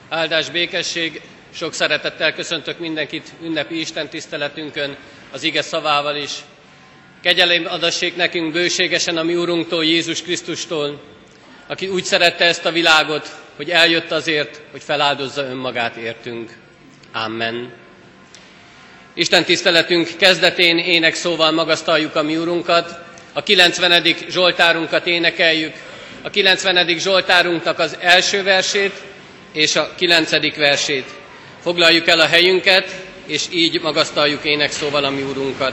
Áldás, békesség, sok szeretettel köszöntök mindenkit ünnepi istentiszteletünkön, az ige szavával is. Kegyelem adassék nekünk bőségesen a mi Urunktól, Jézus Krisztustól, aki úgy szerette ezt a világot, hogy eljött azért, hogy feláldozza önmagát értünk. Amen. Istentiszteletünk kezdetén énekszóval magasztaljuk a mi Urunkat, a 90. Zsoltárunkat énekeljük, a 90. Zsoltárunknak az első versét és a 9. versét. Foglaljuk el a helyünket, és így magasztaljuk énekszóval a mi Urunkat.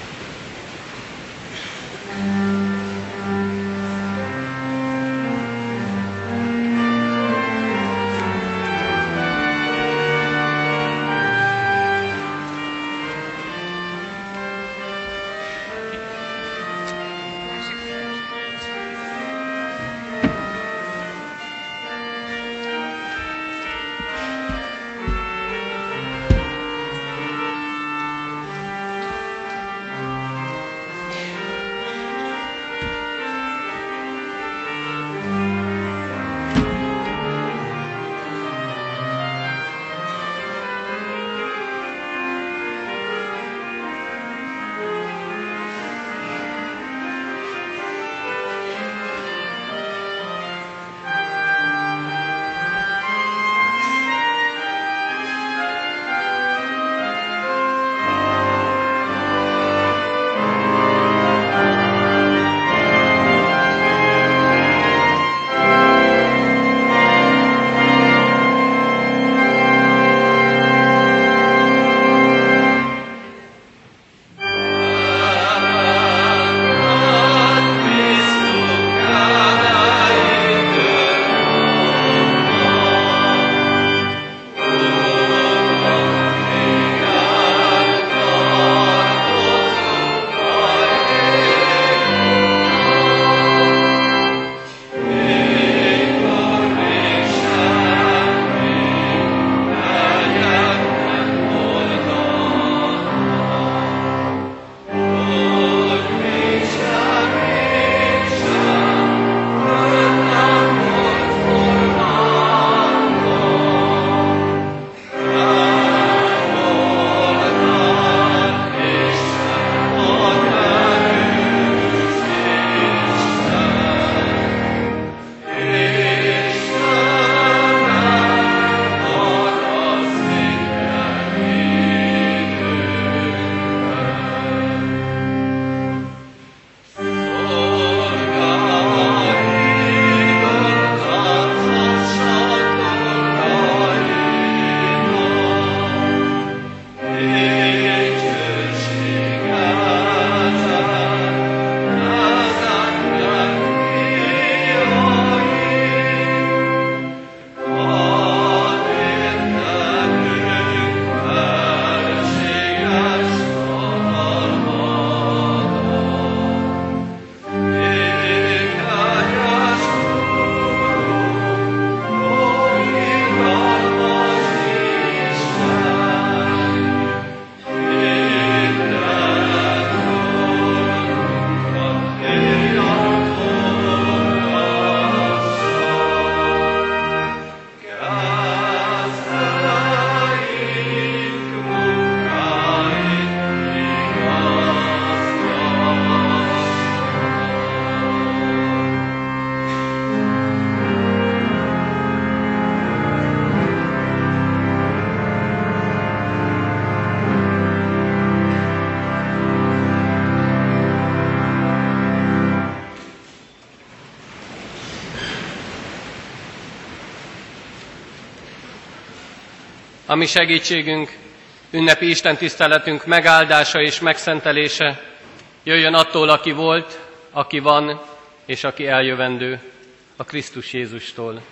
A mi segítségünk, ünnepi istentiszteletünk megáldása és megszentelése jöjjön attól, aki volt, aki van, és aki eljövendő, a Krisztus Jézustól.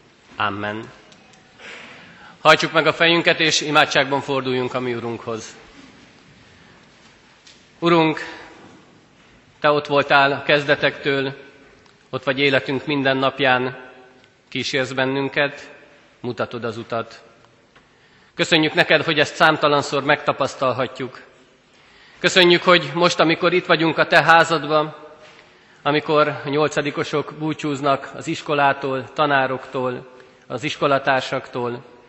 Amen. Hajtsuk meg a fejünket, és imádságban forduljunk a mi Urunkhoz. Urunk, Te ott voltál a kezdetektől, ott vagy életünk minden napján, kísérsz bennünket, mutatod az utat. Köszönjük neked, hogy ezt számtalanszor megtapasztalhatjuk. Köszönjük, hogy most, amikor itt vagyunk a Te házadban, amikor a 8-osok búcsúznak az iskolától, tanároktól, az iskolatársaktól,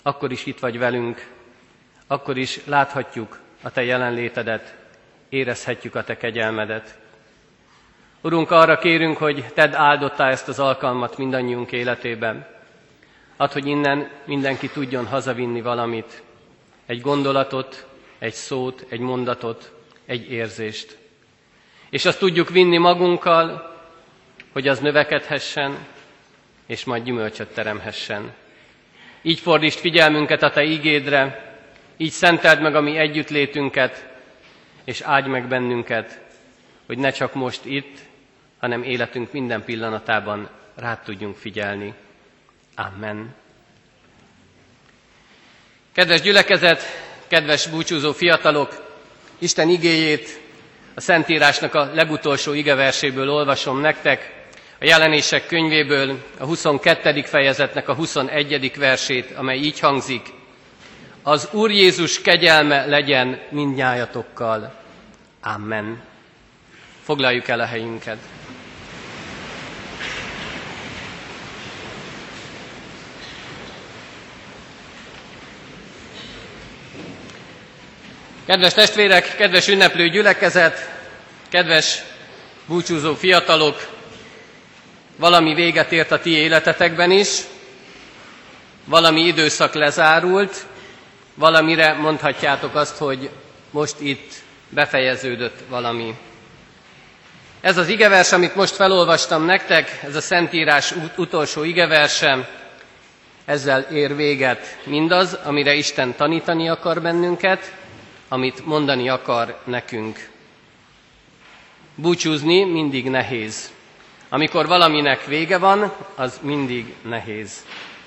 akkor is itt vagy velünk, akkor is láthatjuk a Te jelenlétedet, érezhetjük a Te kegyelmedet. Urunk, arra kérünk, hogy Tedd áldottá ezt az alkalmat mindannyiunk életében. Add, hogy innen mindenki tudjon hazavinni valamit, egy gondolatot, egy szót, egy mondatot, egy érzést. És azt tudjuk vinni magunkkal, hogy az növekedhessen, és majd gyümölcsöt teremhessen. Így fordítsd figyelmünket a Te igédre, így szenteld meg a mi együttlétünket, és áldj meg bennünket, hogy ne csak most itt, hanem életünk minden pillanatában rád tudjunk figyelni. Amen. Kedves gyülekezet, kedves búcsúzó fiatalok, Isten igéjét a Szentírásnak a legutolsó igeverséből olvasom nektek, a Jelenések könyvéből, a 22. fejezetnek a 21. versét, amely így hangzik: Az Úr Jézus kegyelme legyen mindnyájatokkal. Amen. Foglaljuk el a helyünket. Kedves testvérek, kedves ünneplő gyülekezet, kedves búcsúzó fiatalok, valami véget ért a ti életetekben is, valami időszak lezárult, valamire mondhatjátok azt, hogy most itt befejeződött valami. Ez az igevers, amit most felolvastam nektek, ez a Szentírás utolsó igeverse, ezzel ér véget mindaz, amire Isten tanítani akar bennünket, amit mondani akar nekünk. Búcsúzni mindig nehéz. Amikor valaminek vége van, az mindig nehéz.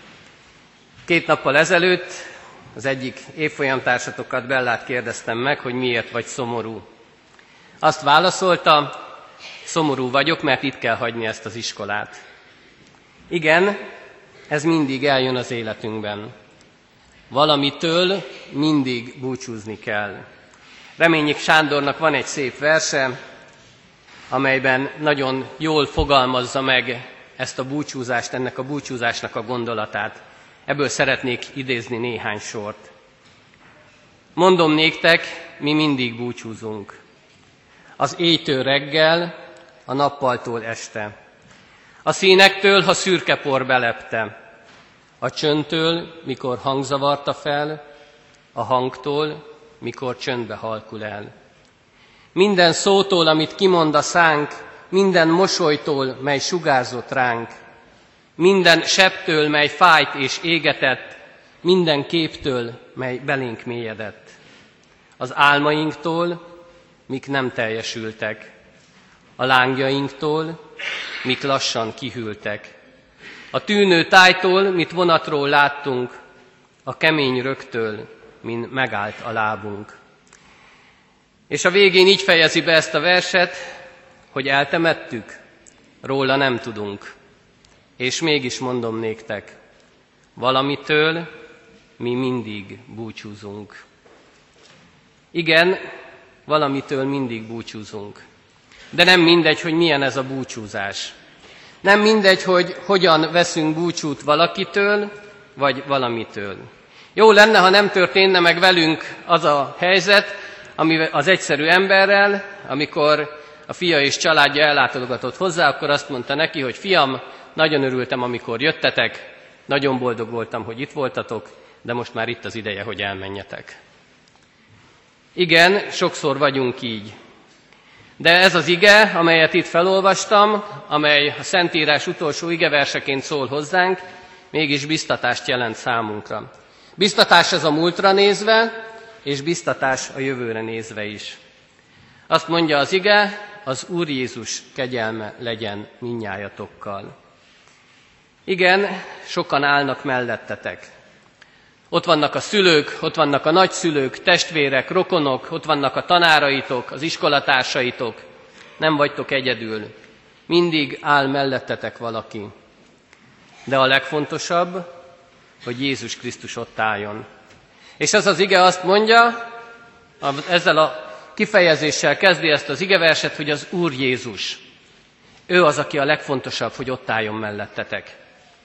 2 nappal ezelőtt az egyik évfolyamtársatokat, Bellát kérdeztem meg, hogy miért vagy szomorú. Azt válaszolta, szomorú vagyok, mert itt kell hagyni ezt az iskolát. Igen, ez mindig eljön az életünkben. Valamitől mindig búcsúzni kell. Reményik Sándornak van egy szép verse, amelyben nagyon jól fogalmazza meg ezt a búcsúzást, ennek a búcsúzásnak a gondolatát. Ebből szeretnék idézni néhány sort. Mondom néktek, mi mindig búcsúzunk. Az éjtől reggel, a nappaltól este. A színektől, ha szürke por belepte. A csöndtől, mikor hangzavarta fel, a hangtól, mikor csöndbe halkul el. Minden szótól, amit kimond a szánk, minden mosolytól, mely sugárzott ránk, minden sebtől, mely fájt és égetett, minden képtől, mely belénk mélyedett. Az álmainktól, mik nem teljesültek, a lángjainktól, mik lassan kihűltek. A tűnő tájtól, mit vonatról láttunk, a kemény rögtől, min megállt a lábunk. És a végén így fejezi be ezt a verset, hogy eltemettük, róla nem tudunk. És mégis mondom néktek, valamitől mi mindig búcsúzunk. Igen, valamitől mindig búcsúzunk. De nem mindegy, hogy milyen ez a búcsúzás. Nem mindegy, hogy hogyan veszünk búcsút valakitől, vagy valamitől. Jó lenne, ha nem történne meg velünk az a helyzet, ami az egyszerű emberrel, amikor a fia és családja ellátogatott hozzá, akkor azt mondta neki, hogy fiam, nagyon örültem, amikor jöttetek, nagyon boldog voltam, hogy itt voltatok, de most már itt az ideje, hogy elmenjetek. Igen, sokszor vagyunk így. De ez az ige, amelyet itt felolvastam, amely a Szentírás utolsó igeverseként szól hozzánk, mégis biztatást jelent számunkra. Biztatás ez a múltra nézve, és biztatás a jövőre nézve is. Azt mondja az ige, az Úr Jézus kegyelme legyen mindnyájatokkal. Igen, sokan állnak mellettetek. Ott vannak a szülők, ott vannak a nagyszülők, testvérek, rokonok, ott vannak a tanáraitok, az iskolatársaitok. Nem vagytok egyedül. Mindig áll mellettetek valaki. De a legfontosabb, hogy Jézus Krisztus ott álljon. És ez az ige azt mondja, ezzel a kifejezéssel kezdi ezt az igeverset, hogy az Úr Jézus. Ő az, aki a legfontosabb, hogy ott álljon mellettetek.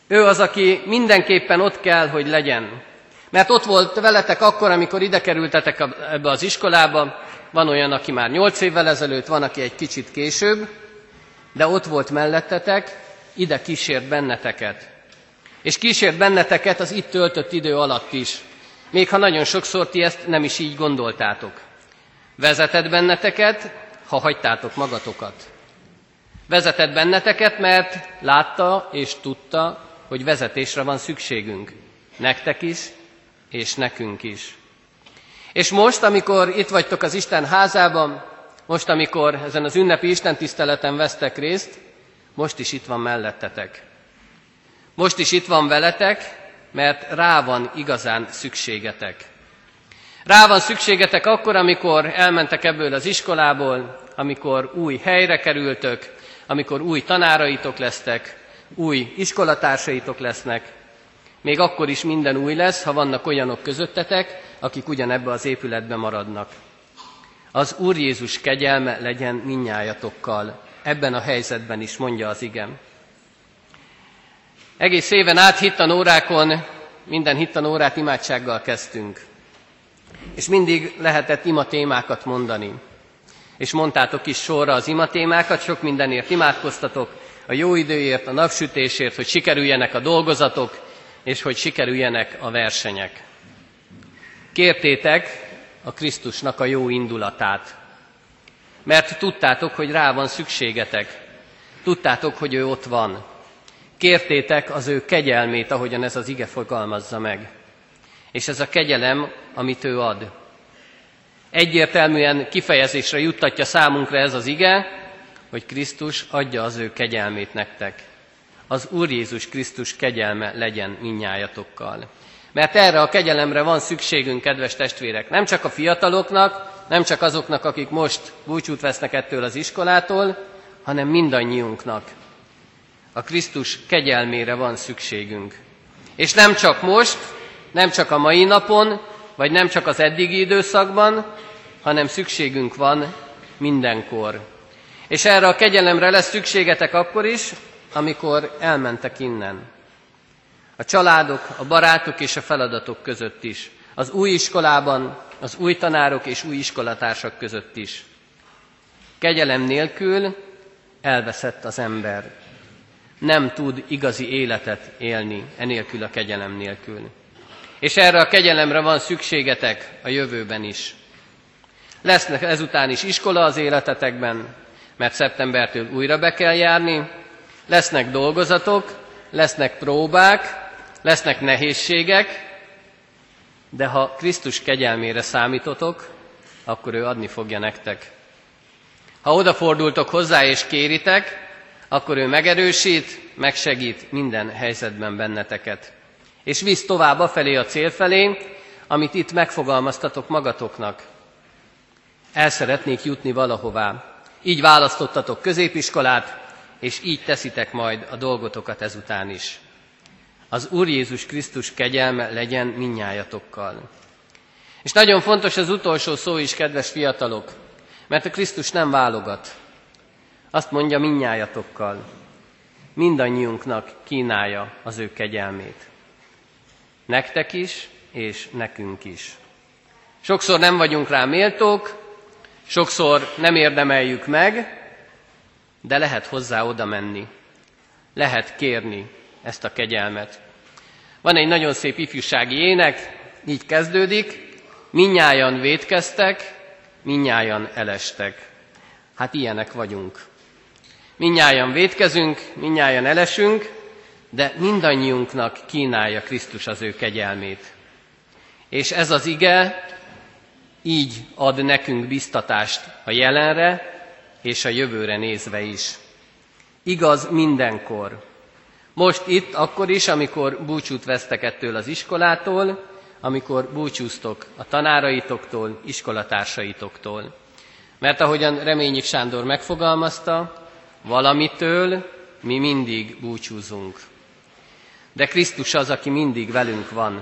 Ő az, aki mindenképpen ott kell, hogy legyen. Mert ott volt veletek akkor, amikor ide kerültetek ebbe az iskolába. Van olyan, aki már 8 évvel ezelőtt, van, aki egy kicsit később, de ott volt mellettetek, ide kísért benneteket. És kísért benneteket az itt töltött idő alatt is. Még ha nagyon sokszor ti ezt nem is így gondoltátok. Vezetett benneteket, ha hagytátok magatokat. Vezetett benneteket, mert látta és tudta, hogy vezetésre van szükségünk. Nektek is, és nekünk is. És most, amikor itt vagytok az Isten házában, most, amikor ezen az ünnepi istentiszteleten vesztek részt, most is itt van mellettetek. Most is itt van veletek, mert rá van igazán szükségetek. Rá van szükségetek akkor, amikor elmentek ebből az iskolából, amikor új helyre kerültök, amikor új tanáraitok lesztek, új iskolatársaitok lesznek. Még akkor is minden új lesz, ha vannak olyanok közöttetek, akik ugyanebbe az épületbe maradnak. Az Úr Jézus kegyelme legyen mindnyájatokkal. Ebben a helyzetben is mondja az ige. Egész éven át hittanórákon, minden hittanórát imádsággal kezdtünk. És mindig lehetett imatémákat mondani. És mondtátok is sorra az imatémákat, sok mindenért imádkoztatok, a jó időért, a napsütésért, hogy sikerüljenek a dolgozatok, és hogy sikerüljenek a versenyek. Kértétek a Krisztusnak a jó indulatát, mert tudtátok, hogy rá van szükségetek. Tudtátok, hogy ő ott van. Kértétek az ő kegyelmét, ahogyan ez az ige fogalmazza meg. És ez a kegyelem, amit ő ad. Egyértelműen kifejezésre juttatja számunkra ez az ige, hogy Krisztus adja az ő kegyelmét nektek. Az Úr Jézus Krisztus kegyelme legyen mindnyájatokkal. Mert erre a kegyelemre van szükségünk, kedves testvérek. Nem csak a fiataloknak, nem csak azoknak, akik most búcsút vesznek ettől az iskolától, hanem mindannyiunknak. A Krisztus kegyelmére van szükségünk. És nem csak most, nem csak a mai napon, vagy nem csak az eddigi időszakban, hanem szükségünk van mindenkor. És erre a kegyelemre lesz szükségetek akkor is, amikor elmentek innen. A családok, a barátok és a feladatok között is. Az új iskolában, az új tanárok és új iskolatársak között is. Kegyelem nélkül elveszett az ember. Nem tud igazi életet élni enélkül a kegyelem nélkül. És erre a kegyelemre van szükségetek a jövőben is. Lesznek ezután is iskola az életetekben, mert szeptembertől újra be kell járni, lesznek dolgozatok, lesznek próbák, lesznek nehézségek, de ha Krisztus kegyelmére számítotok, akkor ő adni fogja nektek. Ha odafordultok hozzá és kéritek, akkor ő megerősít, megsegít minden helyzetben benneteket. És visz tovább afelé a cél felé, amit itt megfogalmaztatok magatoknak. El szeretnék jutni valahová. Így választottatok középiskolát, és így teszitek majd a dolgotokat ezután is. Az Úr Jézus Krisztus kegyelme legyen mindnyájatokkal. És nagyon fontos az utolsó szó is, kedves fiatalok, mert a Krisztus nem válogat. Azt mondja mindnyájatokkal. Mindannyiunknak kínálja az ő kegyelmét. Nektek is, és nekünk is. Sokszor nem vagyunk rá méltók, sokszor nem érdemeljük meg, de lehet hozzá oda menni. Lehet kérni ezt a kegyelmet. Van egy nagyon szép ifjúsági ének, így kezdődik: mindnyájan vétkeztek, mindnyájan elestek. Hát ilyenek vagyunk. Mindnyájan vétkezünk, mindnyájan elesünk, de mindannyiunknak kínálja Krisztus az ő kegyelmét. És ez az ige így ad nekünk biztatást a jelenre és a jövőre nézve is. Igaz mindenkor. Most itt, akkor is, amikor búcsút vesztek ettől az iskolától, amikor búcsúztok a tanáraitoktól, iskolatársaitoktól. Mert ahogyan Reményik Sándor megfogalmazta, valamitől mi mindig búcsúzunk. De Krisztus az, aki mindig velünk van,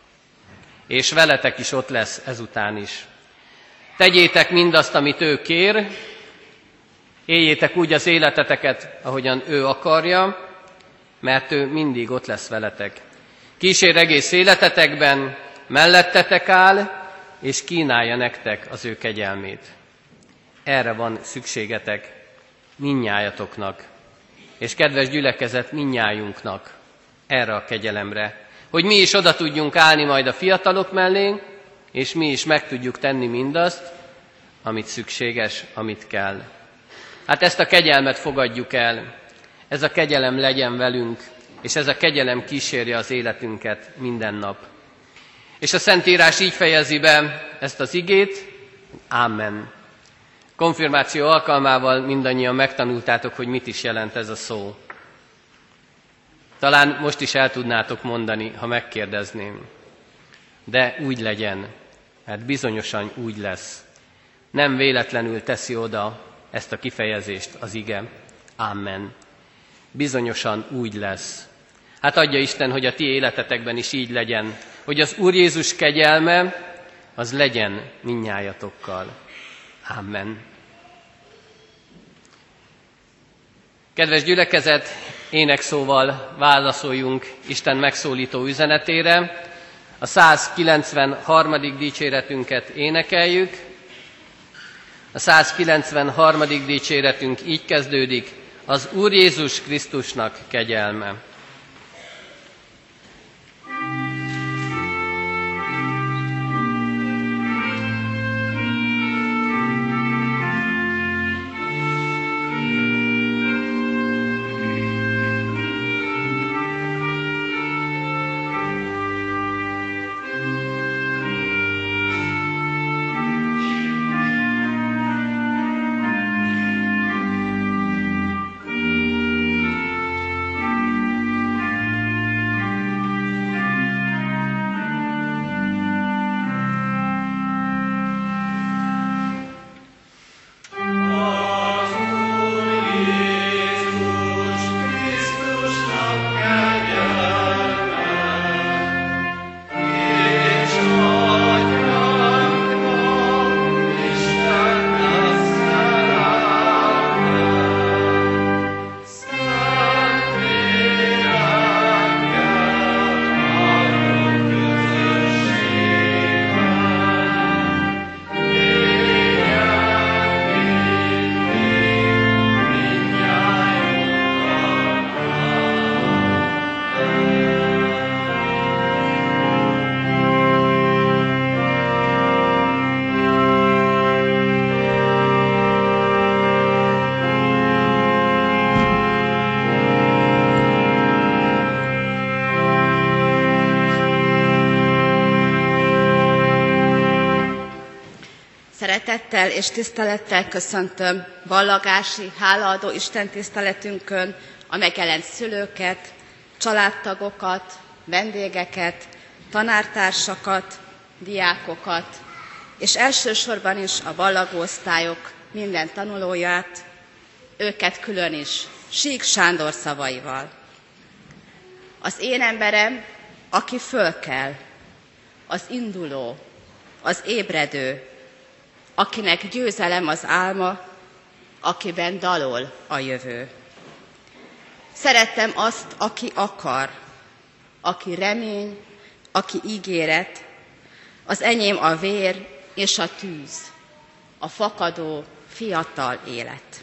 és veletek is ott lesz ezután is. Tegyétek mindazt, amit ő kér, éljétek úgy az életeteket, ahogyan ő akarja, mert ő mindig ott lesz veletek. Kísér egész életetekben, mellettetek áll, és kínálja nektek az ő kegyelmét. Erre van szükségetek mindnyájatoknak, és kedves gyülekezet, mindnyájunknak erre a kegyelemre, hogy mi is oda tudjunk állni majd a fiatalok mellé, és mi is meg tudjuk tenni mindazt, amit szükséges, amit kell. Hát ezt a kegyelmet fogadjuk el, ez a kegyelem legyen velünk, és ez a kegyelem kísérje az életünket minden nap. És a Szentírás így fejezi be ezt az igét, Amen. Konfirmáció alkalmával mindannyian megtanultátok, hogy mit is jelent ez a szó. Talán most is el tudnátok mondani, ha megkérdezném. De úgy legyen, mert bizonyosan úgy lesz. Nem véletlenül teszi oda ezt a kifejezést az ige. Amen. Bizonyosan úgy lesz. Hát adja Isten, hogy a ti életetekben is így legyen, hogy az Úr Jézus kegyelme, az legyen mindnyájatokkal. Amen. Kedves gyülekezet, énekszóval válaszoljunk Isten megszólító üzenetére. A 193. dicséretünket énekeljük. A 193. dicséretünk így kezdődik: az Úr Jézus Krisztusnak kegyelme. Szeretettel és tisztelettel köszöntöm vallagási, hálaadó istentiszteletünkön a megjelent szülőket, családtagokat, vendégeket, tanártársakat, diákokat, és elsősorban is a ballagóosztályok minden tanulóját, őket külön is, Sík Sándor szavaival. Az én emberem, aki fölkel, az induló, az ébredő, akinek győzelem az álma, akiben dalol a jövő. Szerettem azt, aki akar, aki remény, aki ígéret, az enyém a vér és a tűz, a fakadó, fiatal élet.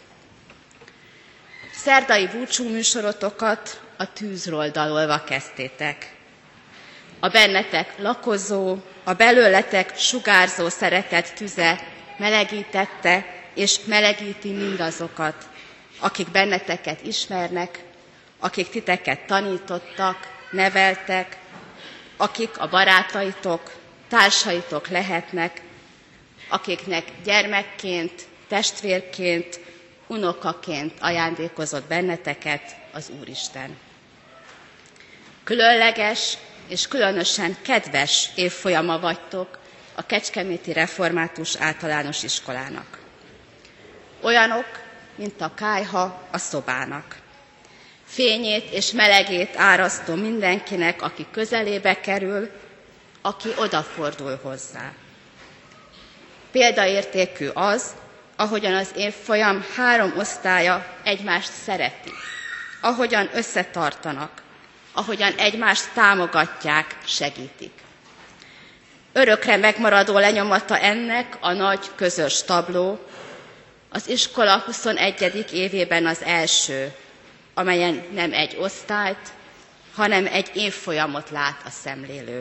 Szerdai búcsúműsorotokat a tűzről dalolva kezdtétek. A bennetek lakozó, a belőletek sugárzó szeretet tüze melegítette és melegíti mindazokat, akik benneteket ismernek, akik titeket tanítottak, neveltek, akik a barátaitok, társaitok lehetnek, akiknek gyermekként, testvérként, unokaként ajándékozott benneteket az Úristen. Különleges és különösen kedves évfolyama vagytok a Kecskeméti Református Általános Iskolának. Olyanok, mint a kályha a szobának. Fényét és melegét árasztó mindenkinek, aki közelébe kerül, aki odafordul hozzá. Példaértékű az, ahogyan az évfolyam 3 osztálya egymást szereti, ahogyan összetartanak, ahogyan egymást támogatják, segítik. Örökre megmaradó lenyomata ennek a nagy közös tabló, az iskola 21. évében az első, amelyen nem egy osztályt, hanem egy évfolyamot lát a szemlélő.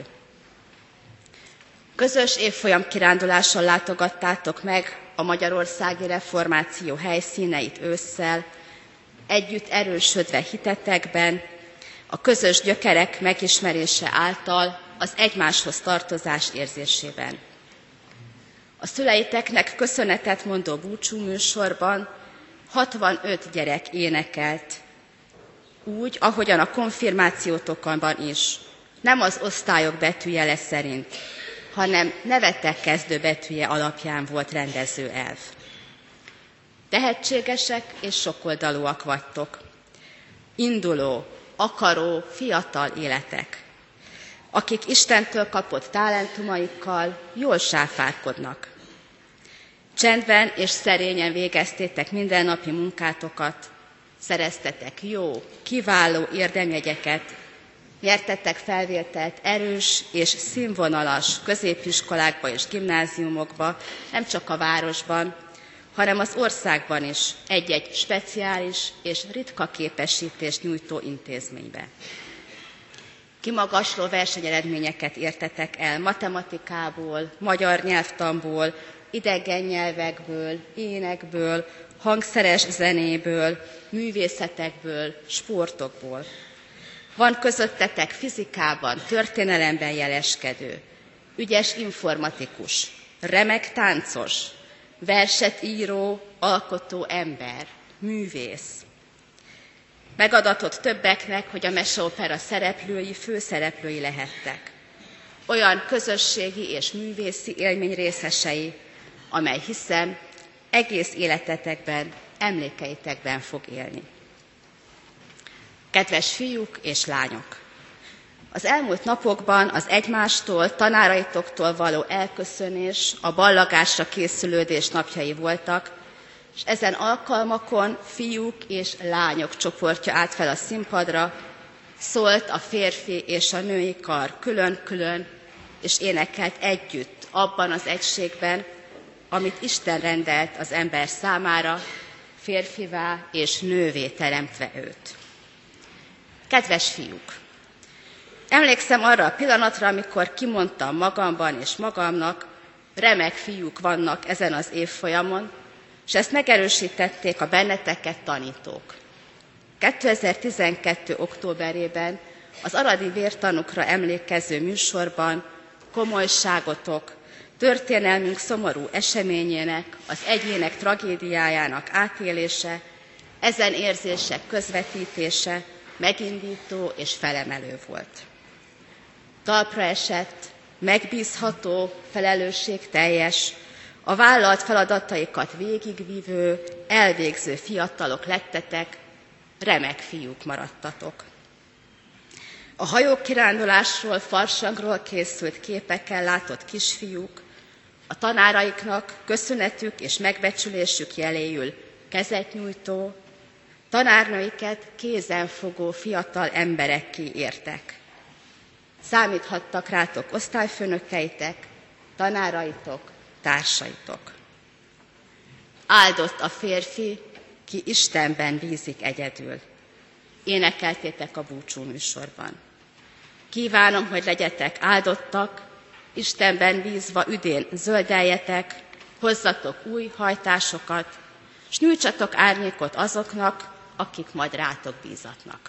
Közös évfolyam kirándulással látogattátok meg a magyarországi reformáció helyszíneit ősszel, együtt erősödve hitetekben, a közös gyökerek megismerése által az egymáshoz tartozás érzésében. A szüleiteknek köszönetet mondó búcsúműsorban 65 gyerek énekelt, úgy, ahogyan a konfirmációtokban is, nem az osztályok betűjele szerint, hanem nevetek kezdő betűje alapján volt rendező elv. Tehetségesek és sokoldalúak vagytok. Induló, akaró, fiatal életek, akik Istentől kapott talentumaikkal jól sáfárkodnak. Csendben és szerényen végeztétek mindennapi munkátokat, szereztetek jó, kiváló érdemjegyeket, nyertettek felvételt erős és színvonalas középiskolákba és gimnáziumokba, nem csak a városban, hanem az országban is egy-egy speciális és ritka képesítést nyújtó intézménybe. Kimagasló versenyeredményeket értetek el matematikából, magyar nyelvtanból, idegen nyelvekből, énekből, hangszeres zenéből, művészetekből, sportokból. Van közöttetek fizikában, történelemben jeleskedő, ügyes informatikus, remek táncos, verset író, alkotó ember, művész. Megadatott többeknek, hogy a meseopera szereplői, főszereplői lehettek. Olyan közösségi és művészi élmény részesei, amely hiszem egész életetekben, emlékeitekben fog élni. Kedves fiúk és lányok! Az elmúlt napokban az egymástól, tanáraitoktól való elköszönés, a ballagásra készülődés napjai voltak, és ezen alkalmakon fiúk és lányok csoportja állt fel a színpadra, szólt a férfi és a női kar külön-külön, és énekelt együtt abban az egységben, amit Isten rendelt az ember számára, férfivá és nővé teremtve őt. Kedves fiúk! Emlékszem arra a pillanatra, amikor kimondtam magamban és magamnak, remek fiúk vannak ezen az évfolyamon, és ezt megerősítették a benneteket tanítók. 2012. októberében az aradi vértanúkra emlékező műsorban komolyságotok, történelmünk szomorú eseményének, az egyének tragédiájának átélése, ezen érzések közvetítése megindító és felemelő volt. Talpra esett, megbízható, felelősségteljes, a vállalt feladataikat végigvívő, elvégző fiatalok lettetek, remek fiúk maradtatok. A hajókirándulásról, farsangról készült képekkel látott kisfiúk, a tanáraiknak köszönetük és megbecsülésük jeléül kezet nyújtó, tanárnőiket kézenfogó fiatal emberekké értek. Számíthattak rátok osztályfőnökeitek, tanáraitok, társaitok. Áldott a férfi, ki Istenben bízik egyedül. Énekeltétek a búcsúműsorban. Kívánom, hogy legyetek áldottak, Istenben bízva üdén zöldeljetek, hozzatok új hajtásokat, s nyújtsatok árnyékot azoknak, akik majd rátok bízatnak.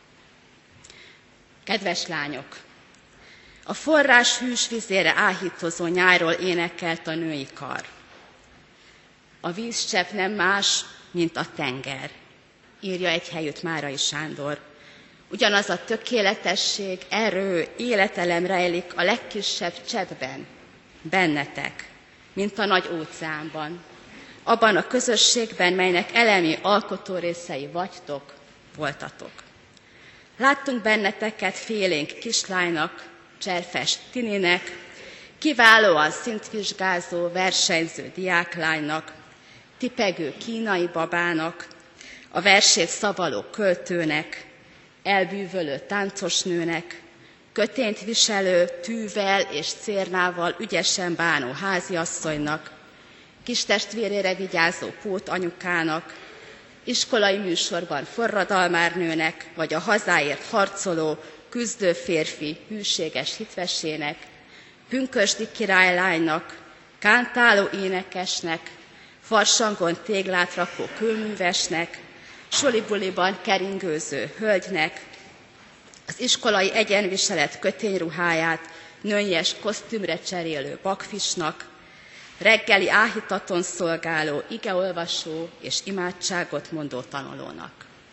Kedves lányok! A forrás hűs vizére áhítozó nyájról énekelt a női kar. A vízcsepp nem más, mint a tenger, írja egy helyütt Márai Sándor. Ugyanaz a tökéletesség, erő, életelem rejlik a legkisebb cseppben, bennetek, mint a nagy óceánban, abban a közösségben, melynek elemi alkotórészei vagytok, voltatok. Láttunk benneteket félénk kislánynak, cserfes tininek, kiválóan szintvizsgázó, versenyző diáklánynak, tipegő kínai babának, a versét szavaló költőnek, elbűvölő táncosnőnek, kötényt viselő, tűvel és cérnával ügyesen bánó háziasszonynak, kistestvérére vigyázó pótanyukának, iskolai műsorban forradalmárnőnek, vagy a hazáért harcoló, küzdő férfi hűséges hitvesének, pünkösdi királylánynak, kántáló énekesnek, farsangon téglát rakó kőművesnek, solibuliban keringőző hölgynek, az iskolai egyenviselet kötényruháját nőies kosztümre cserélő bakfisnak, reggeli áhítaton szolgáló, igeolvasó és imádságot mondó tanulónak.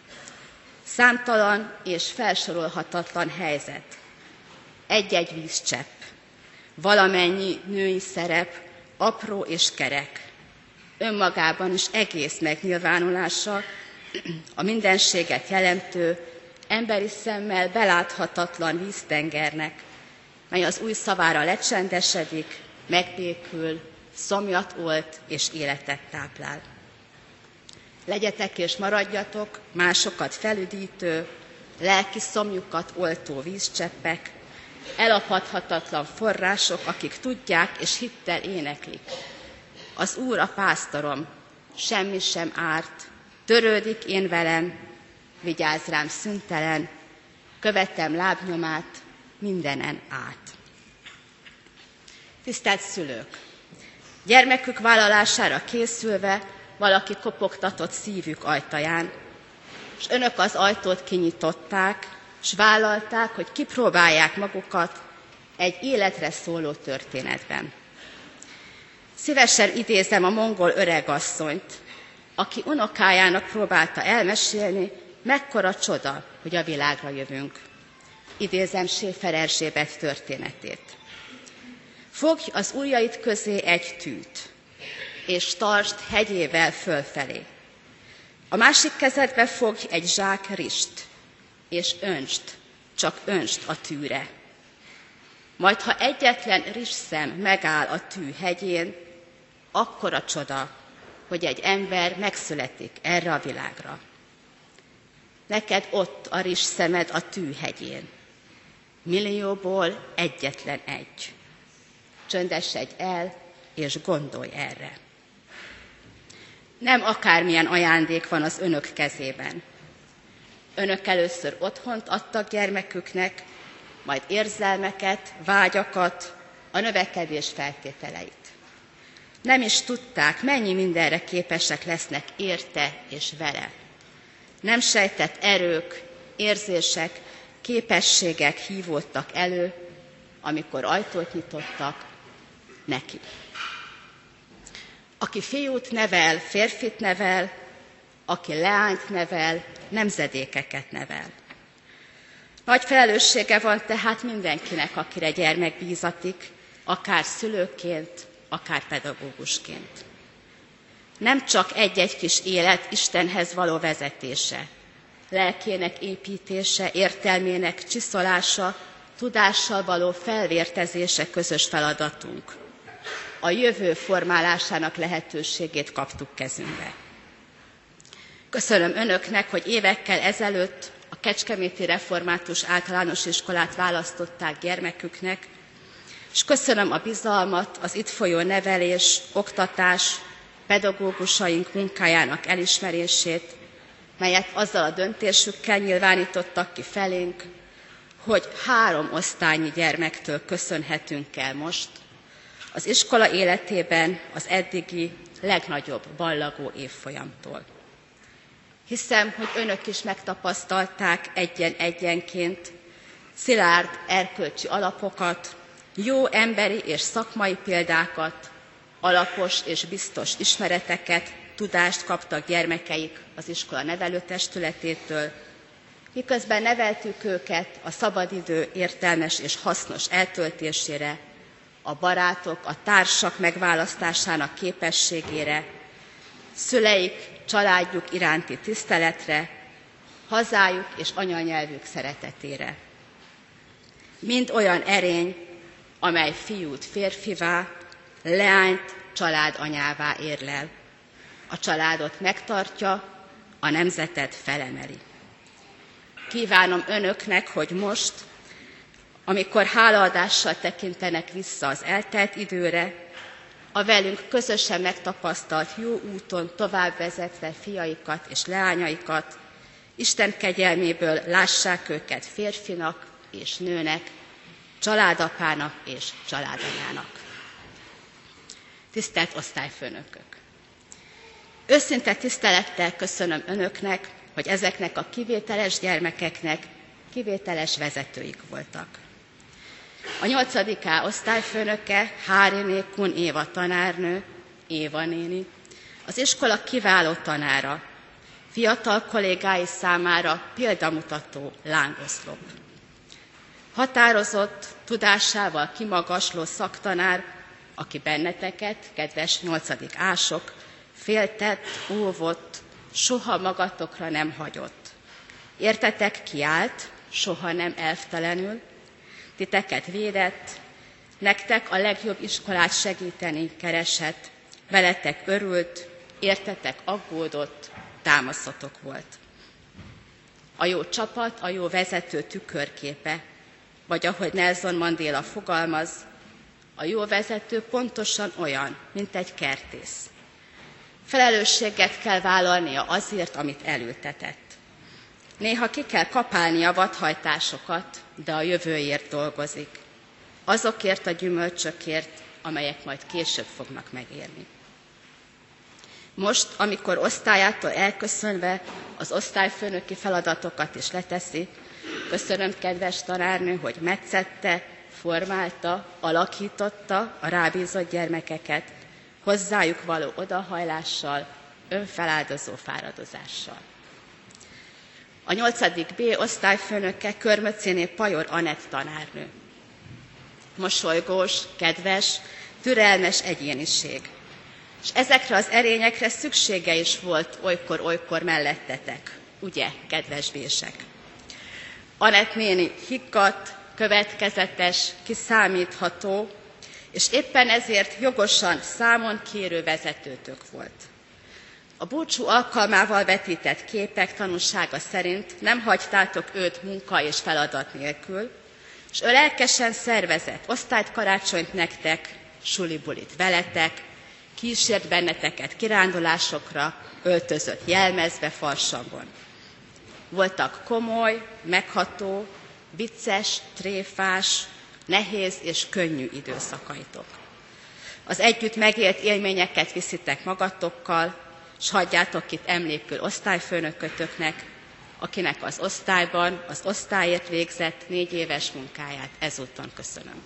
Számtalan és felsorolhatatlan helyzet, egy-egy vízcsepp, valamennyi női szerep, apró és kerek, önmagában is egész megnyilvánulása, a mindenséget jelentő, emberi szemmel beláthatatlan víztengernek, mely az új szavára lecsendesedik, megbékül, szomjat olt és életet táplál. Legyetek és maradjatok másokat felüdítő, lelki szomjukat oltó vízcseppek, elapadhatatlan források, akik tudják és hittel éneklik. Az Úr a pásztorom, semmi sem árt, törődik én velem, vigyázz rám szüntelen, követem lábnyomát mindenen át. Tisztelt szülők! Gyermekük vállalására készülve valaki kopogtatott szívük ajtaján, és önök az ajtót kinyitották, és vállalták, hogy kipróbálják magukat egy életre szóló történetben. Szívesen idézem a mongol öregasszonyt, aki unokájának próbálta elmesélni, mekkora csoda, hogy a világra jövünk. Idézem Schäfer Erzsébet történetét. Fogj az ujjaid közé egy tűt, és tartsd hegyével fölfelé. A másik kezedbe fogj egy zsák rist, és öntsd, csak öntsd a tűre. Majd, ha egyetlen rizsszem megáll a tű hegyén, akkora csoda, hogy egy ember megszületik erre a világra. Neked ott a rizsszemed a tű hegyén. Millióból egyetlen egy. Csöndesedj el, és gondolj erre. Nem akármilyen ajándék van az önök kezében. Önök először otthont adtak gyermeküknek, majd érzelmeket, vágyakat, a növekedés feltételeit. Nem is tudták, mennyi mindenre képesek lesznek érte és vele. Nem sejtett erők, érzések, képességek hívódtak elő, amikor ajtót nyitottak neki. Aki fiút nevel, férfit nevel, aki leányt nevel, nemzedékeket nevel. Nagy felelőssége van tehát mindenkinek, akire gyermek bízatik, akár szülőként, akár pedagógusként. Nem csak egy-egy kis élet Istenhez való vezetése, lelkének építése, értelmének csiszolása, tudással való felvértezése közös feladatunk. A jövő formálásának lehetőségét kaptuk kezünkbe. Köszönöm önöknek, hogy évekkel ezelőtt a Kecskeméti Református Általános Iskolát választották gyermeküknek, és köszönöm a bizalmat, az itt folyó nevelés, oktatás, pedagógusaink munkájának elismerését, melyet azzal a döntésükkel nyilvánítottak ki felénk, hogy 3 osztálynyi gyermektől köszönhetünk el most az iskola életében az eddigi legnagyobb ballagó évfolyamtól. Hiszem, hogy önök is megtapasztalták egyen-egyenként szilárd erkölcsi alapokat, jó emberi és szakmai példákat, alapos és biztos ismereteket, tudást kaptak gyermekeik az iskola nevelőtestületétől, miközben neveltük őket a szabadidő értelmes és hasznos eltöltésére, a barátok, a társak megválasztásának képességére, szüleik, családjuk iránti tiszteletre, hazájuk és anyanyelvük szeretetére. Mind olyan erény, amely fiút férfivá, leányt családanyává érlel. A családot megtartja, a nemzetet felemeli. Kívánom önöknek, hogy most, amikor hálaadással tekintenek vissza az eltelt időre, a velünk közösen megtapasztalt jó úton tovább vezetve fiaikat és leányaikat, Isten kegyelméből lássák őket férfinak és nőnek, családapának és családanyának. Tisztelt osztályfőnökök! Őszinte tisztelettel köszönöm önöknek, hogy ezeknek a kivételes gyermekeknek kivételes vezetőik voltak. A 8. osztályfőnöke Háriné Kun Éva tanárnő, Éva néni, az iskola kiváló tanára, fiatal kollégái számára példamutató lángoszlop. Határozott, tudásával kimagasló szaktanár, aki benneteket, kedves 8. ások, féltett, óvott, soha magatokra nem hagyott. Értetek kiállt, soha nem elvtelenül, titeket védett, nektek a legjobb iskolát segíteni keresett, veletek örült, értetek aggódott, támaszotok volt. A jó csapat, a jó vezető tükörképe, vagy ahogy Nelson Mandela fogalmaz, a jó vezető pontosan olyan, mint egy kertész. Felelősséget kell vállalnia azért, amit elültetett. Néha ki kell kapálnia vadhajtásokat, de a jövőért dolgozik. Azokért a gyümölcsökért, amelyek majd később fognak megérni. Most, amikor osztályától elköszönve az osztályfőnöki feladatokat is leteszi, köszönöm, kedves tanárnő, hogy metszette, formálta, alakította a rábízott gyermekeket, hozzájuk való odahajlással, önfeláldozó fáradozással. A 8. B osztályfőnöke Körmöcéné Pajor Anett tanárnő. Mosolygós, kedves, türelmes egyéniség. És ezekre az erényekre szüksége is volt olykor-olykor mellettetek, ugye, kedves bések? Anett néni higgadt, következetes, kiszámítható, és éppen ezért jogosan számon kérő vezetőtök volt. A búcsú alkalmával vetített képek tanúsága szerint nem hagytátok őt munka és feladat nélkül, és ő lelkesen szervezett osztályt, karácsonyt nektek, sulibulit veletek, kísért benneteket kirándulásokra, öltözött jelmezbe, farsangon. Voltak komoly, megható, vicces, tréfás, nehéz és könnyű időszakaitok. Az együtt megélt élményeket viszitek magatokkal, s hagyjátok itt emlékül osztályfőnökötöknek, akinek az osztályban az osztályért végzett 4 éves munkáját ezúton köszönöm.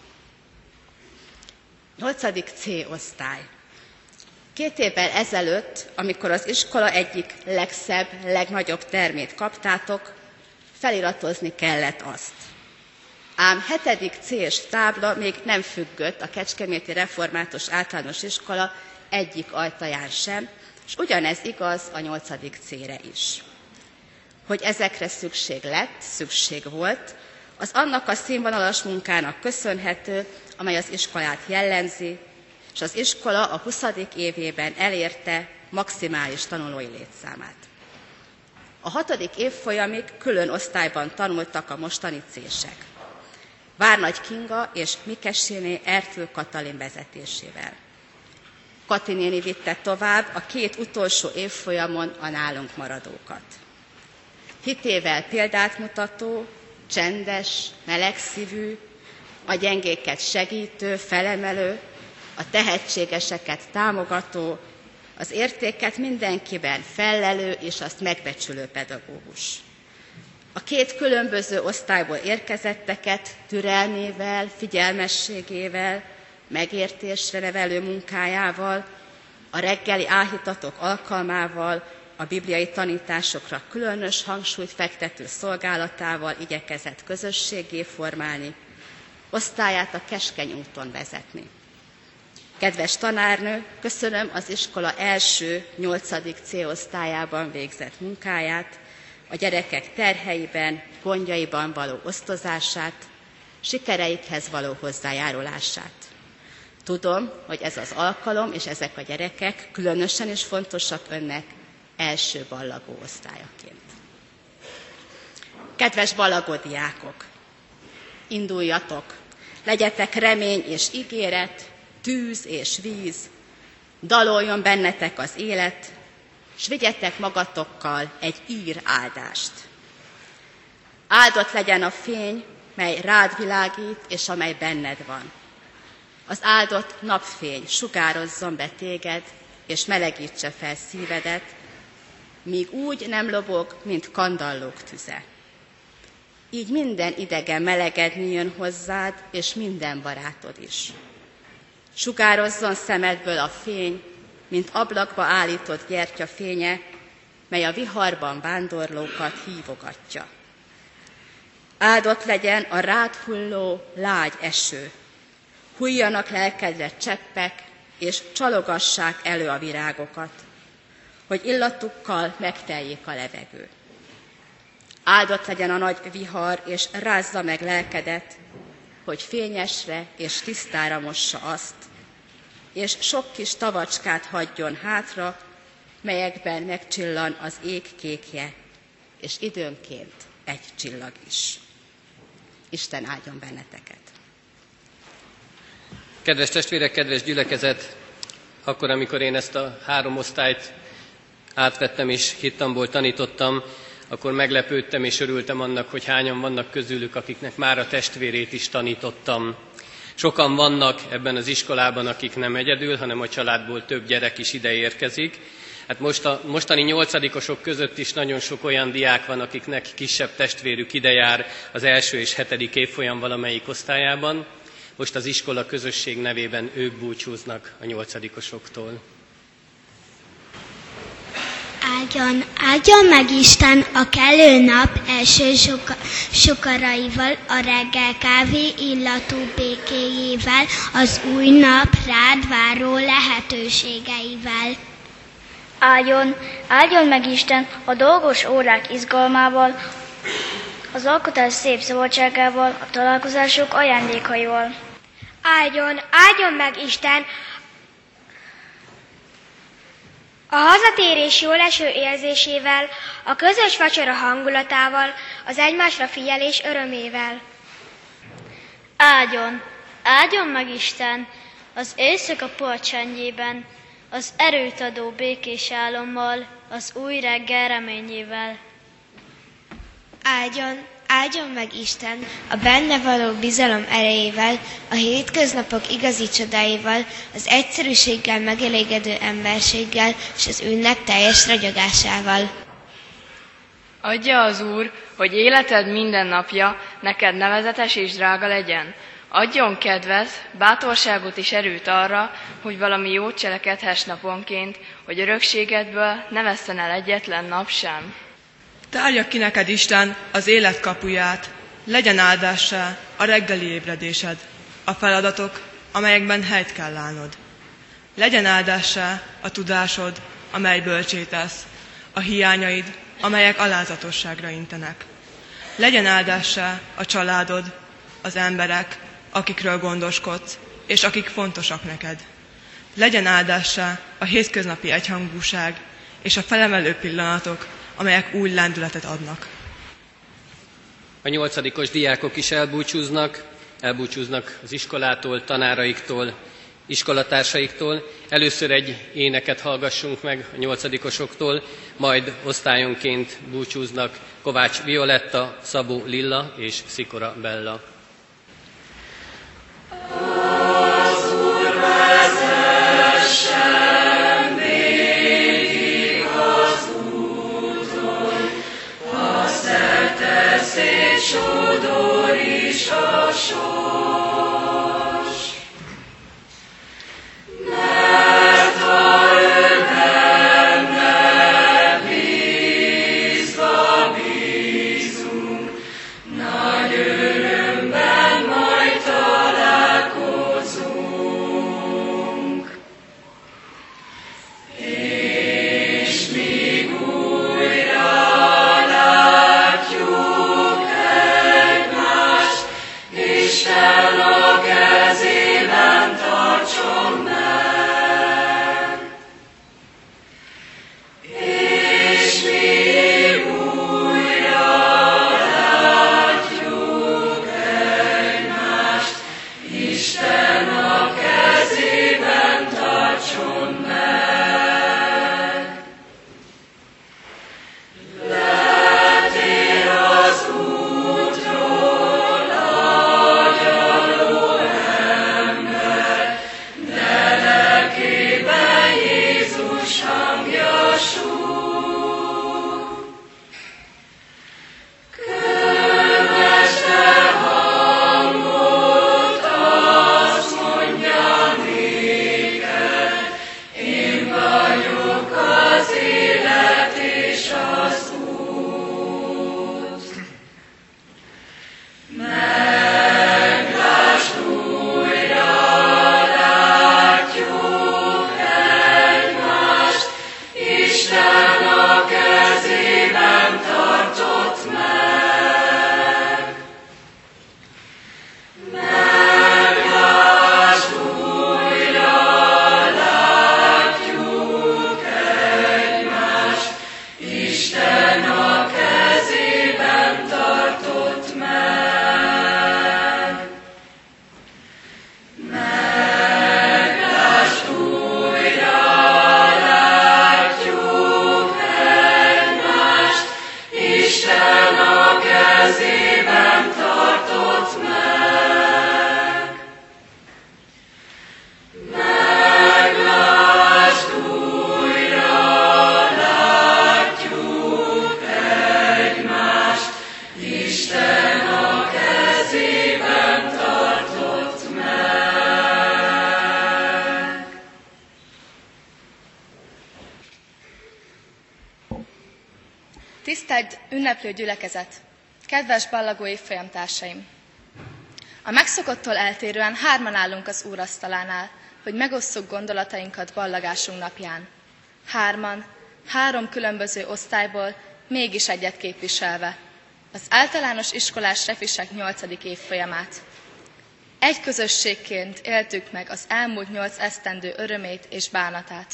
8. C osztály. 2 évvel ezelőtt, amikor az iskola egyik legszebb, legnagyobb termét kaptátok, feliratozni kellett azt. Ám 7. C-s tábla még nem függött a Kecskeméti Református Általános Iskola egyik ajtaján sem, és ugyanez igaz a 8. C-re is. Hogy ezekre szükség volt, az annak a színvonalas munkának köszönhető, amely az iskolát jellemzi, és az iskola a 20. évében elérte maximális tanulói létszámát. A 6. évfolyamig külön osztályban tanultak a mostani C-sek. Várnagy Kinga és Mikesséné Ertül Katalin vezetésével. Kati néni vitte tovább a 2 utolsó évfolyamon a nálunk maradókat. Hitével példát mutató, csendes, melegszívű, a gyengéket segítő, felemelő, a tehetségeseket támogató, az értéket mindenkiben fellelő és azt megbecsülő pedagógus. A 2 különböző osztályból érkezetteket türelmével, figyelmességével, megértésre nevelő munkájával, a reggeli áhítatok alkalmával, a bibliai tanításokra különös hangsúlyt fektető szolgálatával igyekezett közösséggé formálni, osztályát a keskeny úton vezetni. Kedves tanárnő, köszönöm az iskola első 8. C osztályában végzett munkáját, a gyerekek terheiben, gondjaiban való osztozását, sikereikhez való hozzájárulását. Tudom, hogy ez az alkalom és ezek a gyerekek különösen is fontosak önnek, első ballagó osztályaként. Kedves ballagó diákok, induljatok, legyetek remény és ígéret, tűz és víz, daloljon bennetek az élet, s vigyetek magatokkal egy ír áldást. Áldott legyen a fény, mely rád világít, és amely benned van. Az áldott napfény sugározzon be téged, és melegítse fel szívedet, míg úgy nem lobog, mint kandallók tüze. Így minden idegen melegedni jön hozzád, és minden barátod is. Sugározzon szemedből a fény, mint ablakba állított gyertya fénye, mely a viharban vándorlókat hívogatja. Áldott legyen a rád hulló lágy eső, hulljanak lelkedre cseppek, és csalogassák elő a virágokat, hogy illatukkal megteljék a levegő. Áldott legyen a nagy vihar, és rázza meg lelkedet, hogy fényesre és tisztára mossa azt, és sok kis tavacskát hagyjon hátra, melyekben megcsillan az ég kékje, és időnként egy csillag is. Isten áldjon benneteket! Kedves testvérek, kedves gyülekezet! Akkor, amikor én ezt a 3 osztályt átvettem és hittamból tanítottam, akkor meglepődtem és örültem annak, hogy hányan vannak közülük, akiknek már a testvérét is tanítottam. Sokan vannak ebben az iskolában, akik nem egyedül, hanem a családból több gyerek is ide érkezik. Hát mostani 8-osok között is nagyon sok olyan diák van, akiknek kisebb testvérük ide jár az 1. és 7. évfolyam valamelyik osztályában. Most az iskola közösség nevében ők búcsúznak a 8-osoktól. Áldjon meg Isten a kellő nap első sokaraival, a reggel kávé illatú békéjével, az új nap rád váró lehetőségeivel. Áldjon meg Isten a dolgos órák izgalmával, az alkotás szép szabadságával, a találkozások ajándékaival. Áldjon meg Isten a hazatérés jóleső érzésével, a közös vacsora hangulatával, az egymásra figyelés örömével. Áldjon meg Isten az éjszaka porcsendjében, az erőt adó békés álommal, az új reggel reményével. Áldjon meg Isten a benne való bizalom erejével, a hétköznapok igazi csodáival, az egyszerűséggel megelégedő emberséggel, és az ünnep teljes ragyogásával. Adja az Úr, hogy életed minden napja neked nevezetes és drága legyen. Adjon kedvet, bátorságot és erőt arra, hogy valami jót cselekedhess naponként, hogy örökségedből ne vesszen el egyetlen nap sem. Tárja ki neked Isten az élet kapuját, legyen áldássá a reggeli ébredésed, a feladatok, amelyekben helyt kell állnod. Legyen áldássá a tudásod, amely bölcsétesz, a hiányaid, amelyek alázatosságra intenek. Legyen áldássá a családod, az emberek, akikről gondoskodsz, és akik fontosak neked. Legyen áldássá a hétköznapi egyhangúság és a felemelő pillanatok, amelyek új lendületet adnak. A 8-os diákok is elbúcsúznak az iskolától, tanáraiktól, iskolatársaiktól. Először egy éneket hallgassunk meg a 8-osoktól, majd osztályonként búcsúznak Kovács Violetta, Szabó Lilla és Szikora Bella. Az Úr vezessen végig az úton, a szerteszét sodor is a sors. Mert ha ő benne bízva bízunk, nagy öröm Isten a kezében tartson meg. Lettél az útról agyaló ember, de lelkében Jézus hangja súg. Tisztelt ünneplő gyülekezet! Kedves ballagó évfolyamtársaim! A megszokottól eltérően hárman állunk az úrasztalánál, hogy megosszuk gondolatainkat ballagásunk napján. Hárman, 3 különböző osztályból, mégis egyet képviselve. Az általános iskolás refisek 8. évfolyamát. Egy közösségként éltük meg az elmúlt 8 esztendő örömét és bánatát.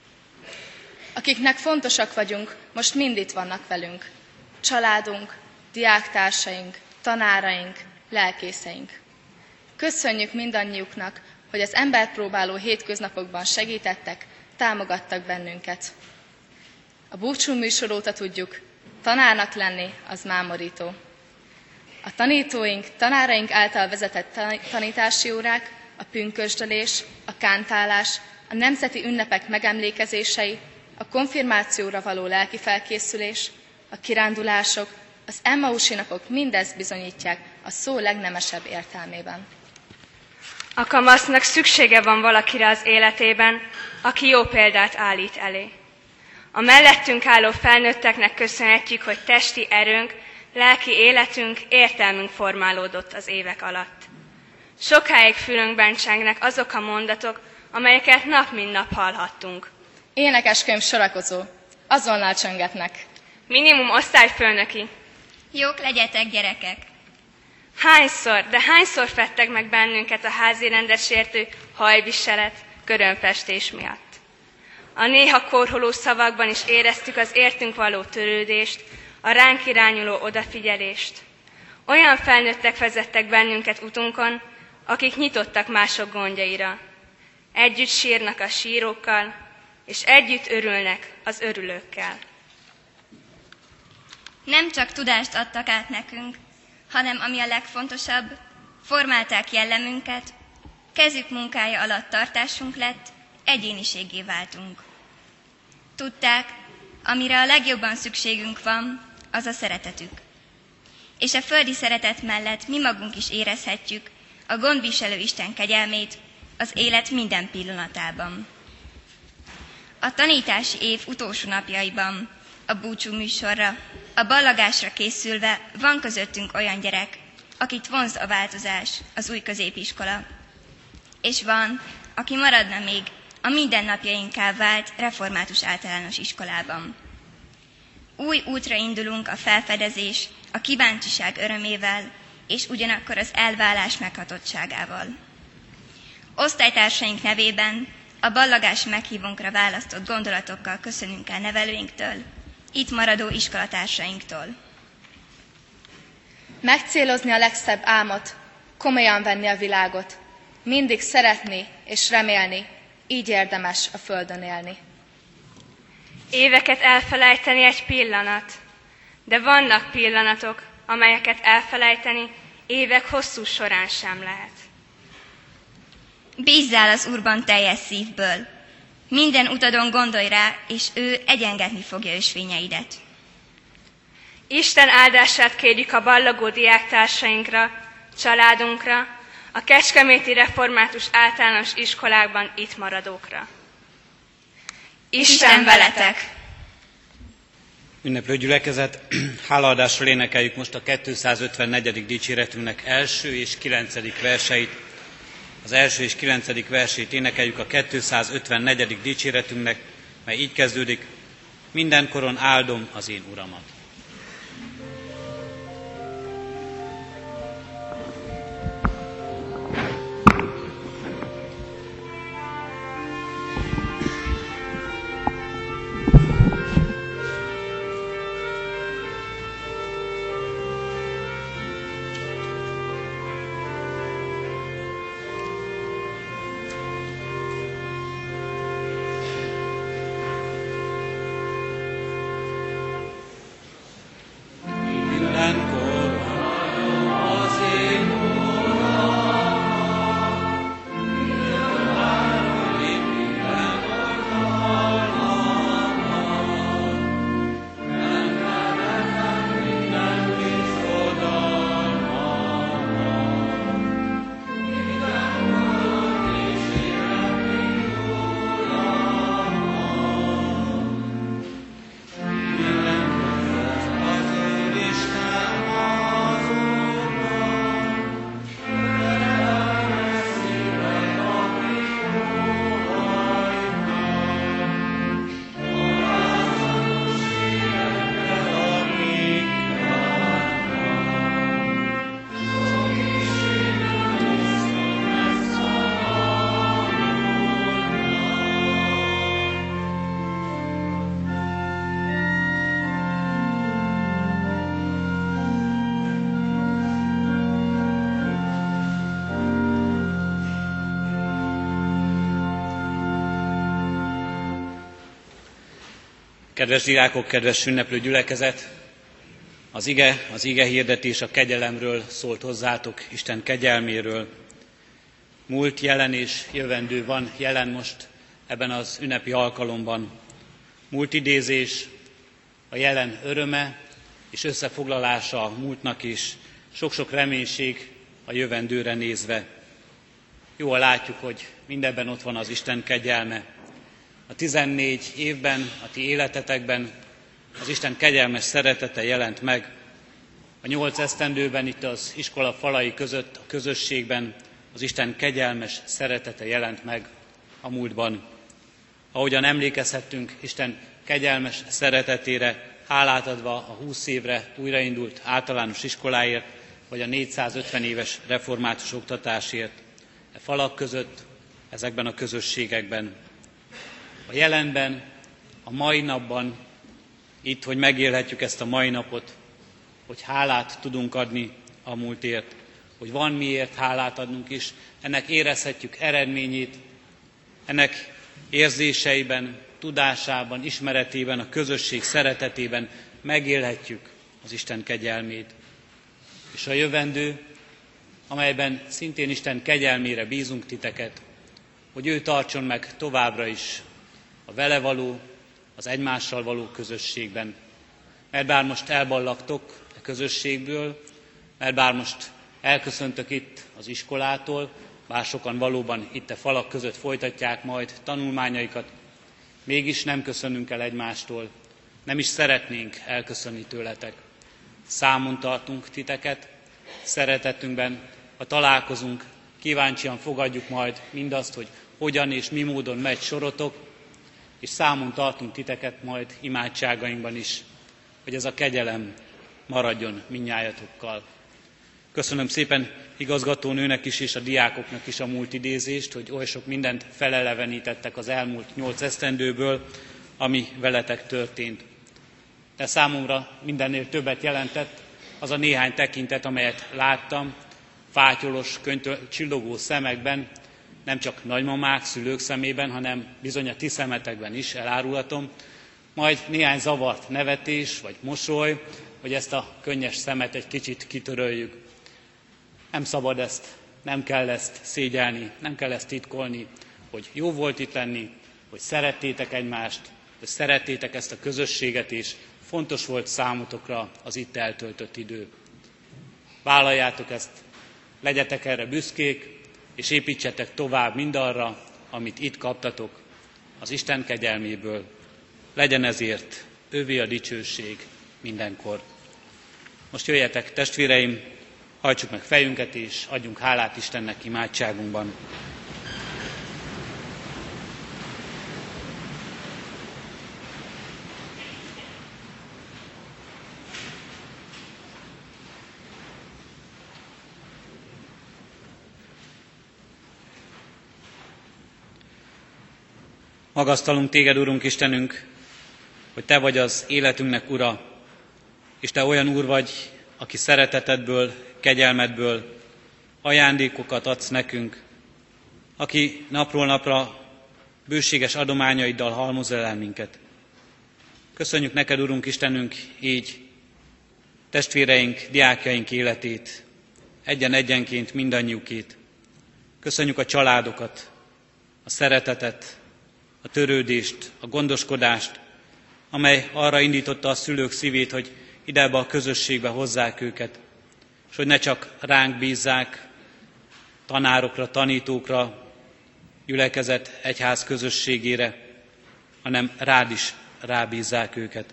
Akiknek fontosak vagyunk, most mind itt vannak velünk. Családunk, diáktársaink, tanáraink, lelkészeink. Köszönjük mindannyiuknak, hogy az emberpróbáló hétköznapokban segítettek, támogattak bennünket. A búcsú műsor óta tudjuk, tanárnak lenni az mámorító. A tanítóink, tanáraink által vezetett tanítási órák, a pünkösdölés, a kántálás, a nemzeti ünnepek megemlékezései, a konfirmációra való lelki felkészülés, a kirándulások, az Emmausi napok mindezt bizonyítják a szó legnemesebb értelmében. A kamasznak szüksége van valakire az életében, aki jó példát állít elé. A mellettünk álló felnőtteknek köszönhetjük, hogy testi erőnk, lelki életünk, értelmünk formálódott az évek alatt. Sokáig fülünkben csengnek azok a mondatok, amelyeket nap mint nap hallhattunk. Énekeskönyv sorakozó. Azonnal csöngetnek. Minimum osztályfőnöki. Jók legyetek, gyerekek! Hányszor fetteg meg bennünket a házi rendet sértő hajviselet, körömfestés miatt. A néha korholó szavakban is éreztük az értünk való törődést, a ránk irányuló odafigyelést. Olyan felnőttek vezettek bennünket utunkon, akik nyitottak mások gondjaira. Együtt sírnak a sírókkal, és együtt örülnek az örülőkkel. Nem csak tudást adtak át nekünk, hanem ami a legfontosabb, formálták jellemünket, kezük munkája alatt tartásunk lett, egyéniséggé váltunk. Tudták, amire a legjobban szükségünk van, az a szeretetük. És a földi szeretet mellett mi magunk is érezhetjük a gondviselő Isten kegyelmét az élet minden pillanatában. A tanítási év utolsó napjaiban, a búcsú műsorra, a ballagásra készülve van közöttünk olyan gyerek, akit vonz a változás, az új középiskola. És van, aki maradna még a mindennapjainká vált református általános iskolában. Új útra indulunk a felfedezés, a kíváncsiság örömével, és ugyanakkor az elválás meghatottságával. Osztálytársaink nevében a ballagás meghívónkra választott gondolatokkal köszönünk el nevelőinktől, itt maradó iskolatársainktól. Megcélozni a legszebb álmot, komolyan venni a világot, mindig szeretni és remélni, így érdemes a földön élni. Éveket elfelejteni egy pillanat, de vannak pillanatok, amelyeket elfelejteni évek hosszú során sem lehet. Bízzál az Úrban teljes szívből. Minden utadon gondolj rá, és ő egyengetni fogja ösvényeidet. Isten áldását kérjük a ballagó diáktársainkra, családunkra, a kecskeméti református általános iskolákban itt maradókra. Isten veletek! Ünneplő gyülekezet, hálaadásról énekeljük most a 254. dicséretünknek első és 9. verseit. Az első és 9. versét énekeljük a 254. dicséretünknek, mely így kezdődik: mindenkoron áldom az én Uramat. Kedves diákok, kedves ünneplő gyülekezet! Az ige hirdetés a kegyelemről szólt hozzátok, Isten kegyelméről. Múlt, jelen és jövendő van jelen most ebben az ünnepi alkalomban. Múlt idézés, a jelen öröme és összefoglalása a múltnak is, sok-sok reménység a jövendőre nézve. Jól látjuk, hogy mindebben ott van az Isten kegyelme. A 14 évben, a ti életetekben az Isten kegyelmes szeretete jelent meg. A 8 esztendőben itt az iskola falai között, a közösségben az Isten kegyelmes szeretete jelent meg a múltban. Ahogyan emlékezhettünk Isten kegyelmes szeretetére, hálát adva a 20 évre újraindult általános iskoláért, vagy a 450 éves református oktatásért, e falak között, ezekben a közösségekben. A jelenben, a mai napban, itt, hogy megélhetjük ezt a mai napot, hogy hálát tudunk adni a múltért, hogy van miért hálát adnunk is, ennek érezhetjük eredményét, ennek érzéseiben, tudásában, ismeretében, a közösség szeretetében megélhetjük az Isten kegyelmét. És a jövendő, amelyben szintén Isten kegyelmére bízunk titeket, hogy ő tartson meg továbbra is a vele való, az egymással való közösségben. Mert bár most elballagtok a közösségből, mert bár most elköszöntök itt az iskolától, bár sokan valóban itt a falak között folytatják majd tanulmányaikat, mégis nem köszönünk el egymástól, nem is szeretnénk elköszönni tőletek. Számon tartunk titeket, szeretetünkben, ha találkozunk, kíváncsian fogadjuk majd mindazt, hogy hogyan és mi módon megy sorotok, és számon tartunk titeket majd imádságainkban is, hogy ez a kegyelem maradjon mindnyájatokkal. Köszönöm szépen igazgatónőnek is és a diákoknak is a múlt idézést, hogy oly sok mindent felelevenítettek az elmúlt 8 esztendőből, ami veletek történt. De számomra mindennél többet jelentett az a néhány tekintet, amelyet láttam, fátyolos, csillogó szemekben, nem csak nagymamák, szülők szemében, hanem bizony a ti szemetekben is, elárulhatom, majd néhány zavart nevetés vagy mosoly, hogy ezt a könnyes szemet egy kicsit kitöröljük. Nem szabad ezt, nem kell ezt szégyelni, nem kell ezt titkolni, hogy jó volt itt lenni, hogy szerettétek egymást, hogy szerettétek ezt a közösséget, és fontos volt számotokra az itt eltöltött idő. Vállaljátok ezt, legyetek erre büszkék, és építsetek tovább mindarra, amit itt kaptatok, az Isten kegyelméből. Legyen ezért ővé a dicsőség mindenkor. Most jöjjetek, testvéreim, hajtsuk meg fejünket, és adjunk hálát Istennek imádságunkban. Magasztalunk téged, Urunk Istenünk, hogy te vagy az életünknek Ura, és te olyan Úr vagy, aki szeretetedből, kegyelmedből ajándékokat adsz nekünk, aki napról napra bőséges adományaiddal halmozol el minket. Köszönjük neked, Urunk Istenünk, így testvéreink, diákjaink életét, egyen-egyenként mindannyiukét. Köszönjük a családokat, a szeretetet, a törődést, a gondoskodást, amely arra indította a szülők szívét, hogy ide ebbe a közösségbe hozzák őket, és hogy ne csak ránk bízzák, tanárokra, tanítókra, gyülekezet, egyház közösségére, hanem rád is rábízzák őket.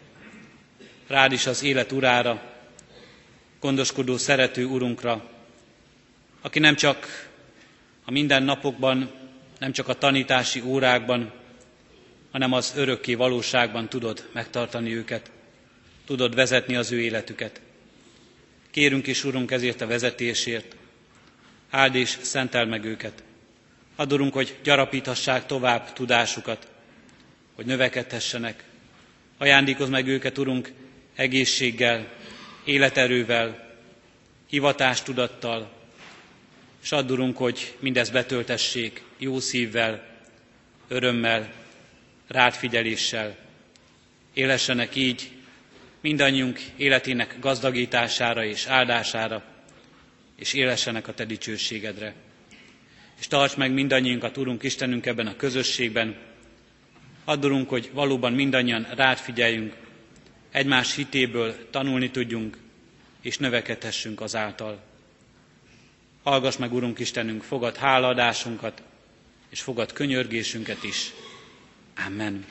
Rád is az élet urára, gondoskodó, szerető Urunkra, aki nem csak a mindennapokban, nem csak a tanítási órákban, hanem az örökké valóságban tudod megtartani őket, tudod vezetni az ő életüket. Kérünk is, Urunk, ezért a vezetésért. Áld és szenteld meg őket. Add, Urunk, hogy gyarapíthassák tovább tudásukat, hogy növekedhessenek. Ajándékozz meg őket, Urunk, egészséggel, életerővel, hivatástudattal, és add, Urunk, hogy mindezt betöltessék jó szívvel, örömmel, rád figyeléssel. Élhessenek így mindannyiunk életének gazdagítására és áldására, és élhessenek a te dicsőségedre. És tarts meg mindannyiunkat, Urunk Istenünk, ebben a közösségben. Add, Urunk, hogy valóban mindannyian rád figyeljünk, egymás hitéből tanulni tudjunk, és növekedhessünk azáltal. Hallgass meg, Urunk Istenünk, fogad hálaadásunkat, és fogad könyörgésünket is. Amen.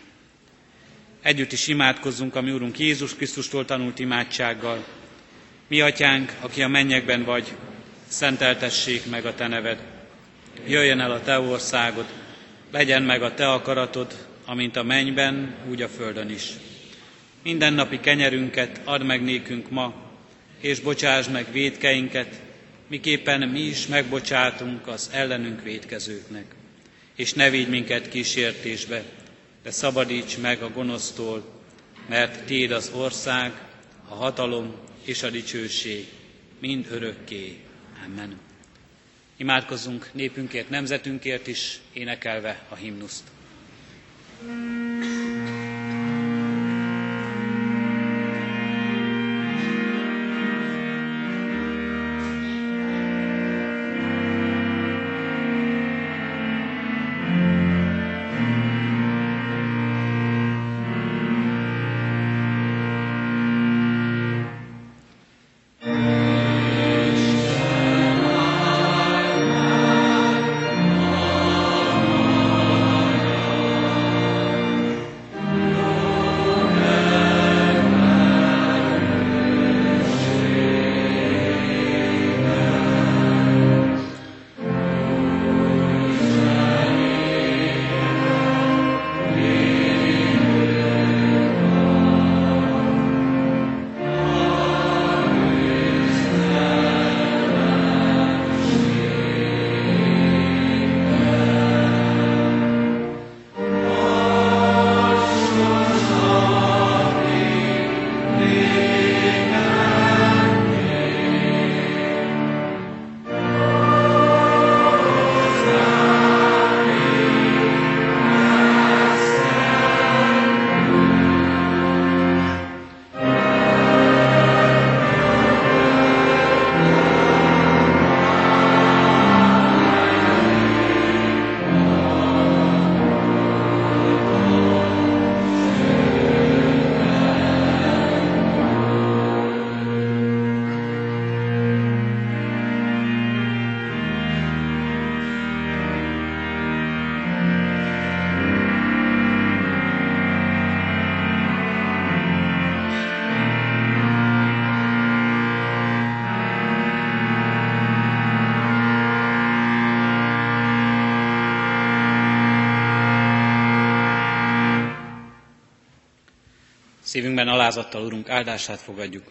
Együtt is imádkozzunk a mi Urunk Jézus Krisztustól tanult imádsággal. Mi Atyánk, aki a mennyekben vagy, szenteltessék meg a te neved. Jöjjön el a te országod, legyen meg a te akaratod, amint a mennyben, úgy a földön is. Mindennapi kenyerünket add meg nékünk ma, és bocsásd meg vétkeinket, miképpen mi is megbocsátunk az ellenünk vétkezőknek. És ne vigy minket kísértésbe, de szabadíts meg a gonosztól, mert tiéd az ország, a hatalom és a dicsőség mind örökké. Amen. Imádkozzunk népünkért, nemzetünkért is, énekelve a himnuszt. Szívünkben alázattal, Urunk, áldását fogadjuk.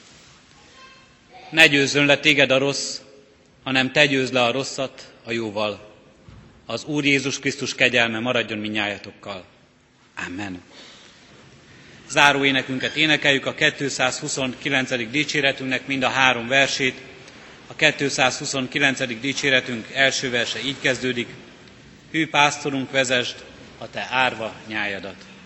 Ne győzzön le téged a rossz, hanem te győzd le a rosszat a jóval. Az Úr Jézus Krisztus kegyelme maradjon mindnyájatokkal. Amen. Záró énekünket énekeljük, a 229. dicséretünknek mind a 3 versét. A 229. dicséretünk első verse így kezdődik. Hű pásztorunk, vezesd a te árva nyájadat.